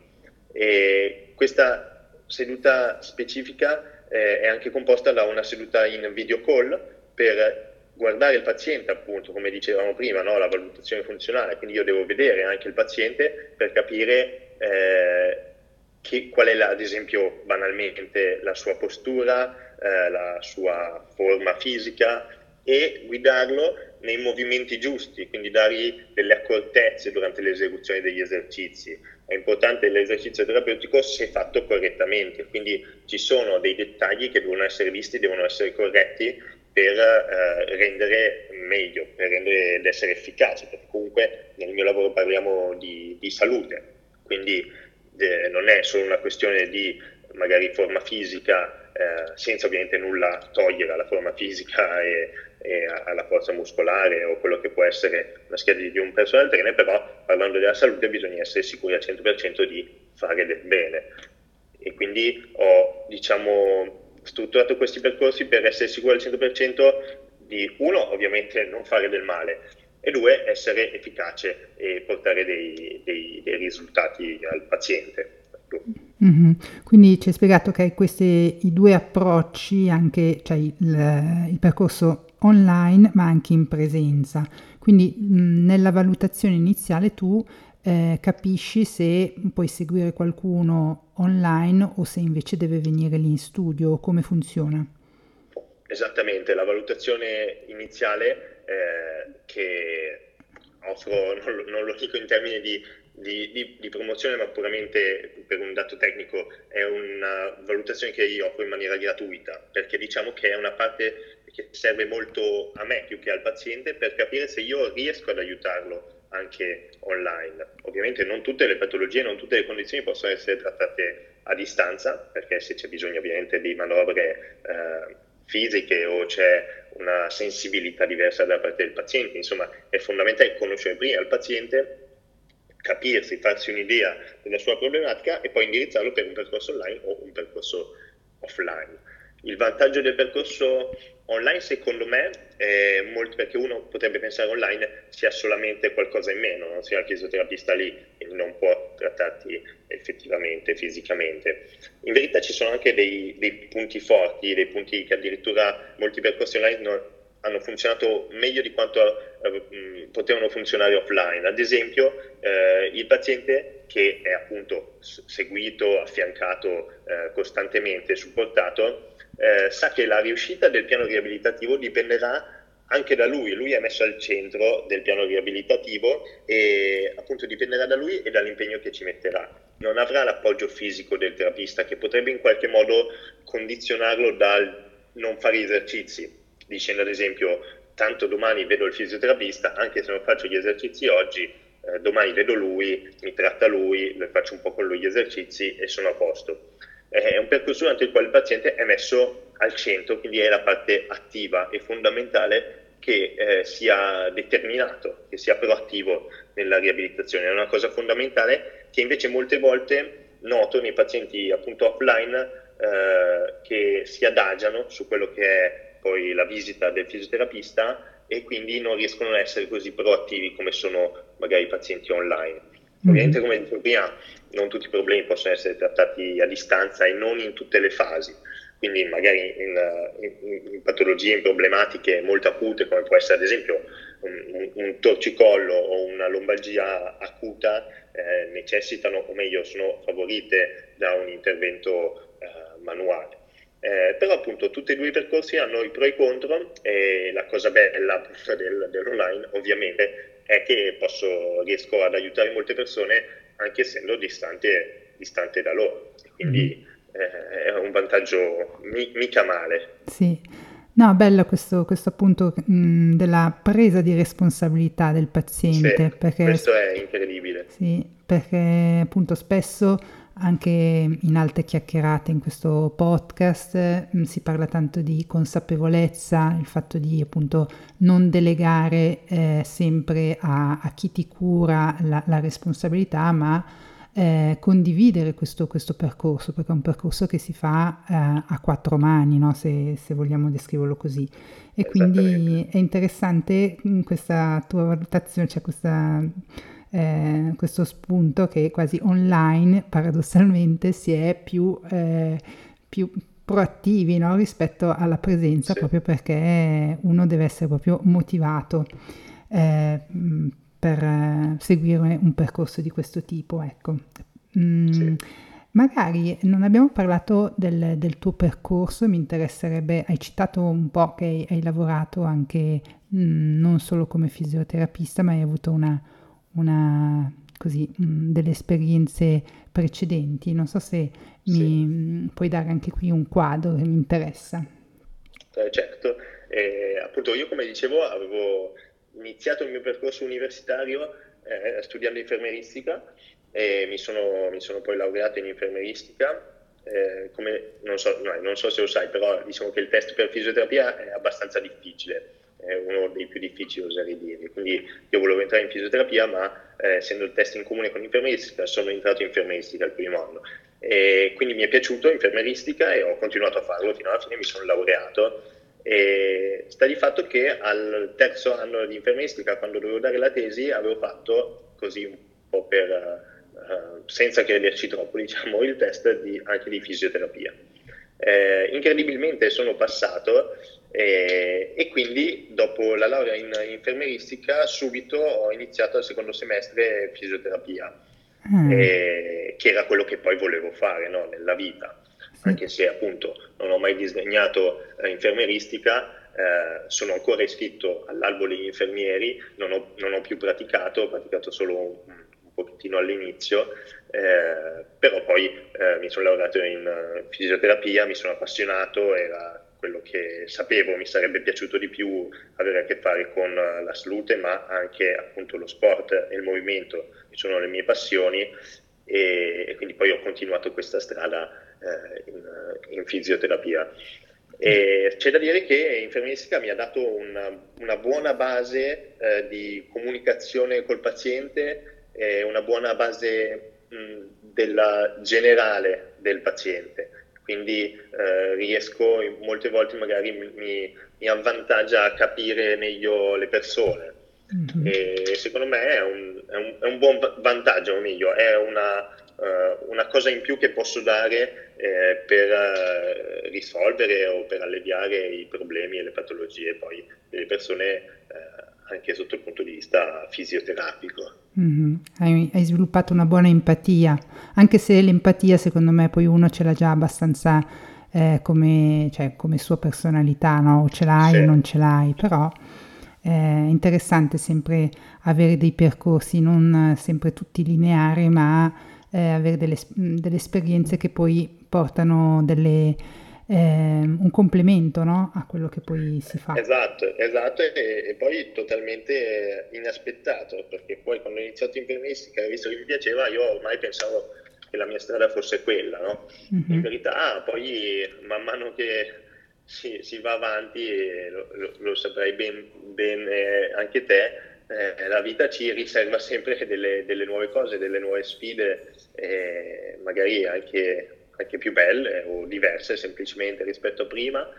E questa seduta specifica eh, è anche composta da una seduta in video call per guardare il paziente, appunto, come dicevamo prima, no? La valutazione funzionale, quindi io devo vedere anche il paziente per capire eh, che, qual è, la, ad esempio, banalmente la sua postura, eh, la sua forma fisica e guidarlo nei movimenti giusti, quindi dargli delle accortezze durante l'esecuzione degli esercizi. È importante l'esercizio terapeutico se fatto correttamente, quindi ci sono dei dettagli che devono essere visti, devono essere corretti per eh, rendere meglio, per rendere ed essere efficaci, perché comunque nel mio lavoro parliamo di, di salute, quindi eh, non è solo una questione di magari forma fisica, eh, senza ovviamente nulla togliere alla forma fisica e, e alla forza muscolare o quello che può essere una scheda di un personal trainer, però parlando della salute bisogna essere sicuri al cento per cento di fare del bene. E quindi ho, diciamo, strutturato questi percorsi per essere sicuro al cento per cento di, uno, ovviamente non fare del male, e due, essere efficace e portare dei, dei, dei risultati al paziente. Mm-hmm. Quindi ci hai spiegato che hai questi i due approcci, anche cioè il, il percorso online ma anche in presenza. Quindi mh, nella valutazione iniziale tu eh, capisci se puoi seguire qualcuno online o se invece deve venire lì in studio, come funziona? Esattamente, la valutazione iniziale eh, che offro, non lo, non lo dico in termini di, di, di, di promozione, ma puramente per un dato tecnico, è una valutazione che io offro in maniera gratuita, perché diciamo che è una parte che serve molto a me più che al paziente per capire se io riesco ad aiutarlo anche online. Ovviamente non tutte le patologie, non tutte le condizioni possono essere trattate a distanza, perché se c'è bisogno ovviamente di manovre eh, fisiche o c'è una sensibilità diversa da parte del paziente, insomma è fondamentale conoscere prima il paziente, capirsi, farsi un'idea della sua problematica e poi indirizzarlo per un percorso online o un percorso offline. Il vantaggio del percorso online secondo me è molto, perché uno potrebbe pensare online sia solamente qualcosa in meno, non sia il fisioterapista lì e non può trattarti effettivamente, fisicamente. In verità ci sono anche dei, dei punti forti, dei punti che addirittura molti percorsi online non, hanno funzionato meglio di quanto eh, potevano funzionare offline. Ad esempio eh, il paziente che è appunto seguito, affiancato eh, costantemente, supportato, Eh, sa che la riuscita del piano riabilitativo dipenderà anche da lui, lui è messo al centro del piano riabilitativo e appunto dipenderà da lui e dall'impegno che ci metterà. Non avrà l'appoggio fisico del terapista che potrebbe in qualche modo condizionarlo dal non fare esercizi, dicendo ad esempio tanto domani vedo il fisioterapista, anche se non faccio gli esercizi oggi, eh, domani vedo lui, mi tratta lui, faccio un po' con lui gli esercizi e sono a posto. È un percorso durante il quale il paziente è messo al centro, quindi è la parte attiva e fondamentale che eh, sia determinato, che sia proattivo nella riabilitazione. È una cosa fondamentale che invece molte volte noto nei pazienti appunto offline eh, che si adagiano su quello che è poi la visita del fisioterapista e quindi non riescono a essere così proattivi come sono magari i pazienti online. Ovviamente, come dicevo prima, non tutti i problemi possono essere trattati a distanza e non in tutte le fasi, quindi magari in, in, in patologie, in problematiche molto acute, come può essere ad esempio un, un torcicollo o una lombalgia acuta, eh, necessitano, o meglio, sono favorite da un intervento eh, manuale. Eh, però appunto tutti e due i percorsi hanno i pro e i contro e la cosa bella appunto del, dell'online ovviamente è che posso, riesco ad aiutare molte persone anche essendo distante, distante da loro, quindi eh, è un vantaggio mi, mica male. Sì, no, bello questo, questo appunto mh, della presa di responsabilità del paziente, Sì, perché, questo è incredibile. sì, perché appunto spesso anche in altre chiacchierate in questo podcast eh, si parla tanto di consapevolezza, il fatto di appunto non delegare eh, sempre a, a chi ti cura la, la responsabilità, ma eh, condividere questo, questo percorso, perché è un percorso che si fa eh, a quattro mani, no? se, se vogliamo descriverlo così. E Esattamente. quindi è interessante mh, questa tua valutazione, cioè questa, eh, questo spunto che quasi online paradossalmente si è più, eh, più proattivi, no? Rispetto alla presenza, Sì, proprio perché uno deve essere proprio motivato eh, mh, per eh, seguire un percorso di questo tipo, ecco. Mm, sì. magari non abbiamo parlato del, del tuo percorso, mi interesserebbe, hai citato un po' che hai, hai lavorato anche mm, non solo come fisioterapista, ma hai avuto una, una così, mm, delle esperienze precedenti. Non so se Sì. mi mm, puoi dare anche qui un quadro che mi interessa. Eh, certo, eh, appunto io come dicevo avevo iniziato il mio percorso universitario eh, studiando infermieristica e mi sono, mi sono poi laureato in infermieristica. Eh, come, non so, no, non so se lo sai, però diciamo che il test per fisioterapia è abbastanza difficile, è uno dei più difficili oserei dire, quindi io volevo entrare in fisioterapia ma eh, essendo il test in comune con l'infermieristica sono entrato in infermieristica il primo anno. E quindi mi è piaciuto infermieristica e ho continuato a farlo fino alla fine, mi sono laureato e sta di fatto che al terzo anno di infermieristica, quando dovevo dare la tesi, avevo fatto così un po' per, uh, senza crederci troppo, diciamo, il test di, anche di fisioterapia. Eh, incredibilmente sono passato e, e quindi dopo la laurea in, in infermieristica subito ho iniziato al secondo semestre fisioterapia, Ah, eh, che era quello che poi volevo fare, no, nella vita, sì. anche se appunto non ho mai disdegnato eh, infermieristica, eh, sono ancora iscritto all'albo degli infermieri, non ho, non ho più praticato, ho praticato solo un, un pochettino all'inizio, eh, però poi eh, mi sono laureato in uh, fisioterapia, mi sono appassionato, era quello che sapevo, mi sarebbe piaciuto di più avere a che fare con uh, la salute, ma anche appunto lo sport e il movimento, che sono le mie passioni, e, e quindi poi ho continuato questa strada eh, in, in fisioterapia. E c'è da dire che infermieristica mi ha dato una, una buona base eh, di comunicazione col paziente, e una buona base mh, della generale del paziente. Quindi eh, riesco molte volte magari mi, mi, mi avvantaggia a capire meglio le persone. Mhm. E secondo me è un, è un, è un buon vantaggio, o meglio, è una, uh, una cosa in più che posso dare eh, per uh, risolvere o per alleviare i problemi e le patologie poi delle persone eh, anche sotto il punto di vista fisioterapico. Mhm. Hai, hai sviluppato una buona empatia, anche se l'empatia secondo me poi uno ce l'ha già abbastanza eh, come, cioè, come sua personalità, no? O ce l'hai Sì, o non ce l'hai, però è interessante sempre avere dei percorsi non sempre tutti lineari, ma eh, avere delle, es- delle esperienze che poi portano delle, ehm, un complemento, no? A quello che poi si fa. esatto, esatto, e, e poi totalmente inaspettato, perché poi quando ho iniziato infermieristica, visto che mi piaceva, io ormai pensavo che la mia strada fosse quella, no? In Mhm. verità, poi man mano che si, si va avanti, e lo, lo, lo saprai ben, ben eh, anche te, eh, la vita ci riserva sempre delle, delle nuove cose, delle nuove sfide, eh, magari anche, anche più belle o diverse semplicemente rispetto a prima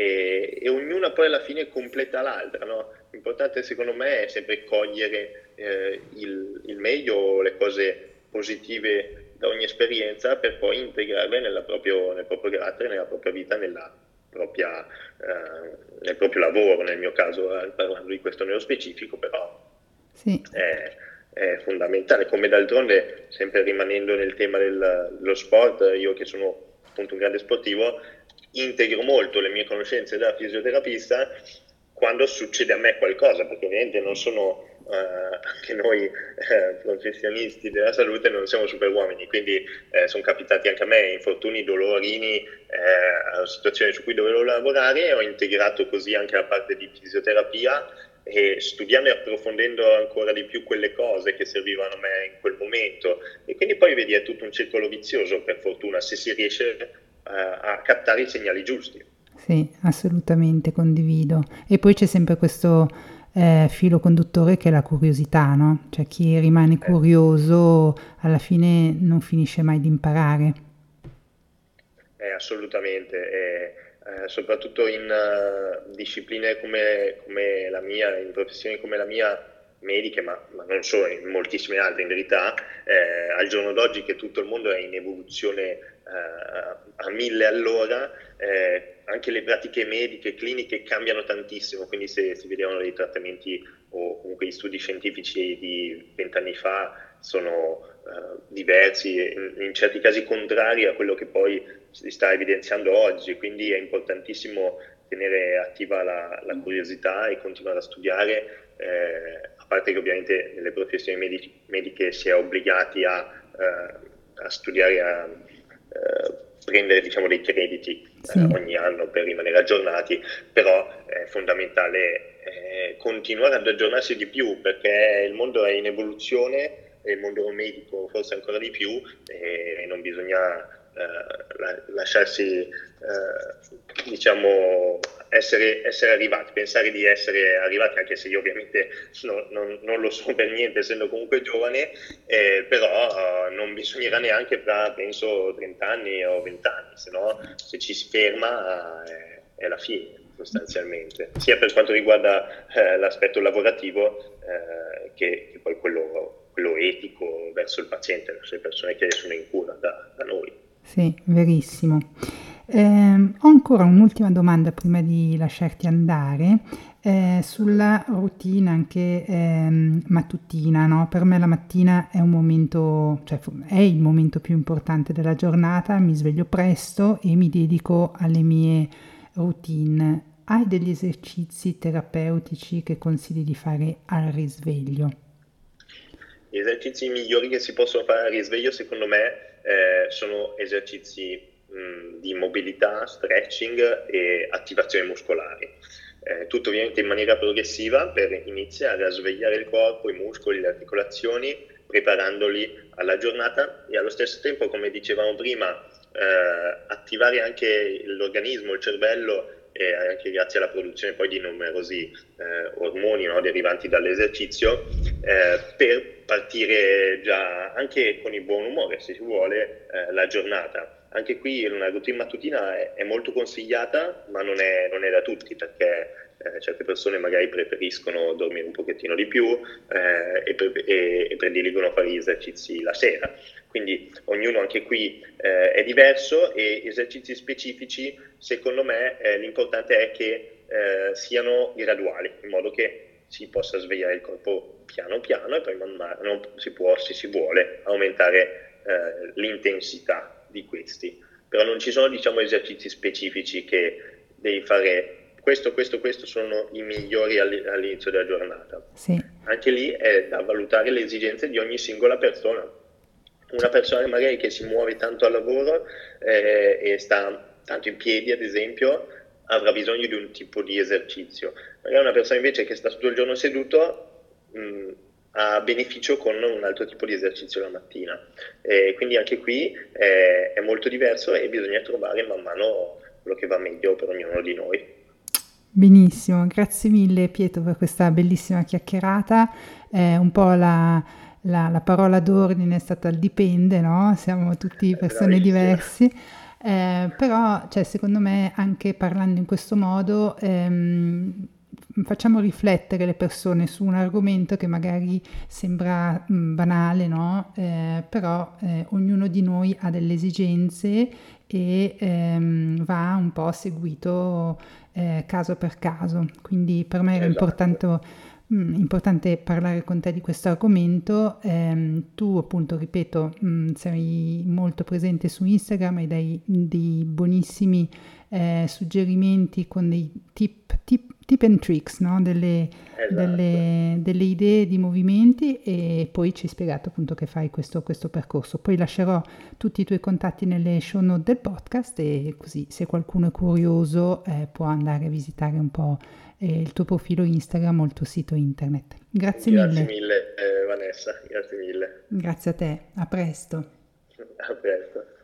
e, e ognuna poi alla fine completa l'altra, no? L'importante secondo me è sempre cogliere eh, il, il meglio, le cose positive da ogni esperienza per poi integrarle nella proprio, nel proprio carattere, nella propria vita, nella propria, eh, nel proprio lavoro, nel mio caso eh, parlando di questo nello specifico, però Sì. è, è fondamentale, come d'altronde, sempre rimanendo nel tema del- dello sport, io che sono appunto un grande sportivo, integro molto le mie conoscenze da fisioterapista quando succede a me qualcosa, perché ovviamente non sono eh, anche noi eh, professionisti della salute, non siamo super uomini, quindi eh, sono capitati anche a me infortuni, dolorini, eh, situazioni su cui dovevo lavorare e ho integrato così anche la parte di fisioterapia e studiando e approfondendo ancora di più quelle cose che servivano a me in quel momento, e quindi poi vedi è tutto un circolo vizioso, per fortuna, se si riesce a, a captare i segnali giusti. Sì, assolutamente condivido. E poi c'è sempre questo eh, filo conduttore che è la curiosità, no? Cioè chi rimane Eh, curioso alla fine non finisce mai di imparare. eh, assolutamente, e, eh, soprattutto in eh, discipline come, come la mia, in professioni come la mia, mediche, ma, ma non solo, in moltissime altre in verità, eh, al giorno d'oggi che tutto il mondo è in evoluzione eh, a mille all'ora, eh, anche le pratiche mediche, cliniche cambiano tantissimo, quindi se si vedevano dei trattamenti o comunque gli studi scientifici di vent'anni fa sono eh, diversi, in, in certi casi contrari a quello che poi si sta evidenziando oggi, quindi è importantissimo tenere attiva la, la curiosità e continuare a studiare, eh, a parte che ovviamente nelle professioni medici, mediche si è obbligati a, eh, a studiare, a eh, prendere diciamo, dei crediti eh, Sì, ogni anno per rimanere aggiornati, però è fondamentale eh, continuare ad aggiornarsi di più perché il mondo è in evoluzione e il mondo medico forse ancora di più e non bisogna eh, lasciarsi eh, diciamo essere, essere arrivati, pensare di essere arrivati, anche se io ovviamente no, non, non lo sono per niente essendo comunque giovane, eh, però eh, non bisognerà neanche tra penso trenta anni o venti anni, se no se ci si ferma eh, è la fine sostanzialmente, sia per quanto riguarda eh, l'aspetto lavorativo eh, che, che poi quello, quello etico verso il paziente, verso le persone che sono in cura da, da noi. sì, verissimo. Ehm, ho ancora un'ultima domanda prima di lasciarti andare, eh, sulla routine anche ehm, mattutina, no? Per me la mattina è un momento, cioè fu- è il momento più importante della giornata, mi sveglio presto e mi dedico alle mie routine. Hai degli esercizi terapeutici che consigli di fare al risveglio? Gli esercizi migliori che si possono fare al risveglio, secondo me, eh, sono esercizi mh, di mobilità, stretching e attivazione muscolare. Eh, tutto ovviamente in maniera progressiva per iniziare a svegliare il corpo, i muscoli, le articolazioni, preparandoli alla giornata e allo stesso tempo, come dicevamo prima, eh, attivare anche l'organismo, il cervello e anche grazie alla produzione poi di numerosi eh, ormoni no, derivanti dall'esercizio eh, per partire già anche con il buon umore se si vuole eh, la giornata. Anche qui una routine mattutina è, è molto consigliata ma non è, non è da tutti perché eh, certe persone magari preferiscono dormire un pochettino di più eh, e, pre- e, e prediligono fare gli esercizi la sera. Quindi ognuno anche qui eh, è diverso e esercizi specifici, secondo me eh, l'importante è che eh, siano graduali, in modo che si possa svegliare il corpo piano piano e poi man mano si può, se si vuole, aumentare eh, l'intensità di questi. Però non ci sono diciamo esercizi specifici che devi fare questo, questo, questo sono i migliori all'inizio della giornata. Sì. Anche lì è da valutare le esigenze di ogni singola persona. Una persona magari che si muove tanto al lavoro eh, e sta tanto in piedi, ad esempio, avrà bisogno di un tipo di esercizio. Magari una persona invece che sta tutto il giorno seduto mh, ha beneficio con un altro tipo di esercizio la mattina. E quindi anche qui eh, è molto diverso e bisogna trovare man mano quello che va meglio per ognuno di noi. Benissimo, grazie mille Pietro per questa bellissima chiacchierata. Eh, un po' la, la- la parola d'ordine è stata il dipende, no? Siamo tutti persone Bravissima. diversi, eh, però cioè, secondo me anche parlando in questo modo ehm, facciamo riflettere le persone su un argomento che magari sembra mm, banale, no? Eh, però eh, ognuno di noi ha delle esigenze e ehm, va un po' seguito eh, caso per caso. Quindi per me era Esatto. importante, mh, importante parlare con te di questo argomento. Ehm, tu appunto, ripeto, mh, sei molto presente su Instagram e dai dei buonissimi eh, suggerimenti con dei tip, tip tip and tricks, no? delle, Esatto. delle, delle idee di movimenti, e poi ci hai spiegato appunto che fai questo, questo percorso. Poi lascerò tutti i tuoi contatti nelle show note del podcast, e così se qualcuno è curioso eh, può andare a visitare un po' eh, il tuo profilo Instagram o il tuo sito internet. Grazie, Grazie mille. mille, eh, Vanessa, grazie mille. Grazie a te, a presto. A presto.